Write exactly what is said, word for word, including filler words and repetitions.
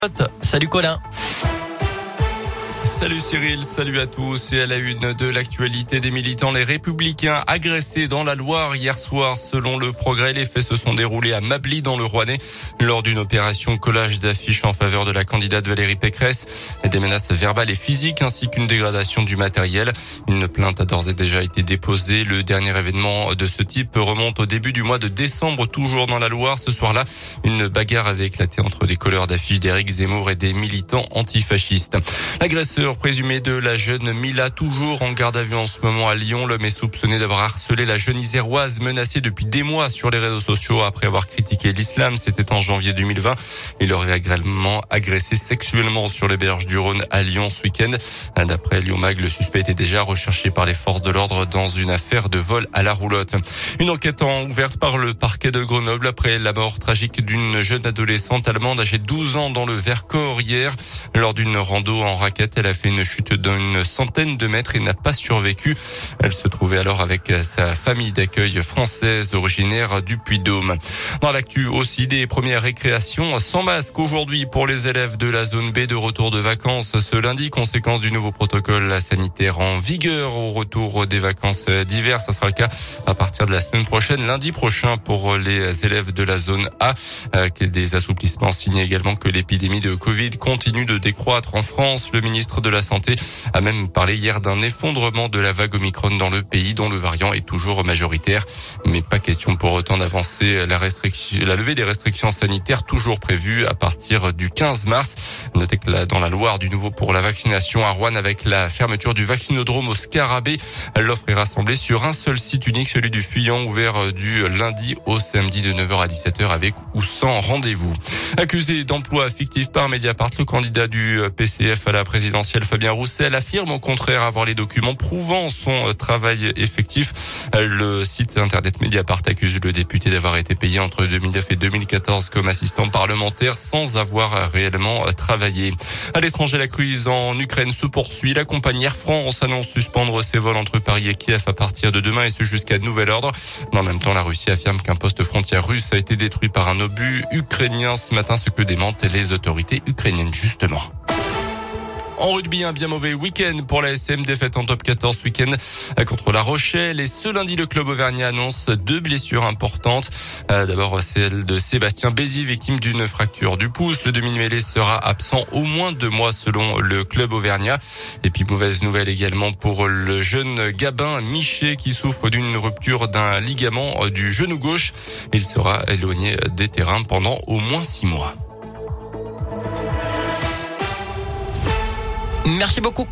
Salut Colin. Salut Cyril, salut à tous. Et à la une de l'actualité des militants, les Républicains agressés dans la Loire hier soir. Selon le Progrès, les faits se sont déroulés à Mably dans le Rouennais lors d'une opération collage d'affiches en faveur de la candidate Valérie Pécresse. Des menaces verbales et physiques ainsi qu'une dégradation du matériel. Une plainte a d'ores et déjà été déposée. Le dernier événement de ce type remonte au début du mois de décembre, toujours dans la Loire. Ce soir-là, une bagarre avait éclaté entre des colleurs d'affiches d'Éric Zemmour et des militants antifascistes. L'agresseur présumé de la jeune Mila, toujours en garde à vue en ce moment à Lyon. L'homme est soupçonné d'avoir harcelé la jeune iséroise menacée depuis des mois sur les réseaux sociaux après avoir critiqué l'islam. C'était en janvier deux mille vingt. Il aurait également agressé sexuellement sur les berges du Rhône à Lyon ce week-end. D'après Lyon Mag, le suspect était déjà recherché par les forces de l'ordre dans une affaire de vol à la roulotte. Une enquête ouverte par le parquet de Grenoble après la mort tragique d'une jeune adolescente allemande âgée de douze ans dans le Vercors hier. Lors d'une rando en raquette, elle a fait une chute d'une centaine de mètres et n'a pas survécu. Elle se trouvait alors avec sa famille d'accueil française originaire du Puy-de-Dôme. Dans l'actu aussi, des premières récréations sans masque aujourd'hui pour les élèves de la zone B de retour de vacances ce lundi, conséquence du nouveau protocole sanitaire en vigueur au retour des vacances d'hiver. Ça sera le cas à partir de la semaine prochaine, lundi prochain pour les élèves de la zone A. Des assouplissements signent également que l'épidémie de Covid continue de décroître en France. Le ministre de la Santé a même parlé hier d'un effondrement de la vague Omicron dans le pays dont le variant est toujours majoritaire. Mais pas question pour autant d'avancer la restriction, la levée des restrictions sanitaires toujours prévues à partir du quinze mars. Notez que là, dans la Loire, du nouveau pour la vaccination à Roanne avec la fermeture du vaccinodrome au Scarabée. L'offre est rassemblée sur un seul site unique, celui du Fuyant, ouvert du lundi au samedi de neuf heures à dix-sept heures avec ou sans rendez-vous. Accusé d'emploi fictif par Mediapart, le candidat du P C F à la présidentielle Fabien Roussel affirme au contraire avoir les documents prouvant son travail effectif. Le site internet Mediapart accuse le député d'avoir été payé entre deux mille neuf et deux mille quatorze comme assistant parlementaire sans avoir réellement travaillé. À l'étranger, la crise en Ukraine se poursuit. La compagnie Air France annonce suspendre ses vols entre Paris et Kiev à partir de demain et ce jusqu'à nouvel ordre. Dans le même temps, la Russie affirme qu'un poste frontière russe a été détruit par un obus ukrainien ce matin, ce que démentent les autorités ukrainiennes justement. En rugby, un bien mauvais week-end pour la S M, défaite en top quatorze ce week-end contre La Rochelle. Et ce lundi, le club auvergnat annonce deux blessures importantes. D'abord, celle de Sébastien Bézi, victime d'une fracture du pouce. Le demi-mêlée sera absent au moins deux mois selon le club auvergnat. Et puis, mauvaise nouvelle également pour le jeune Gabin Miché qui souffre d'une rupture d'un ligament du genou gauche. Il sera éloigné des terrains pendant au moins six mois. Merci beaucoup.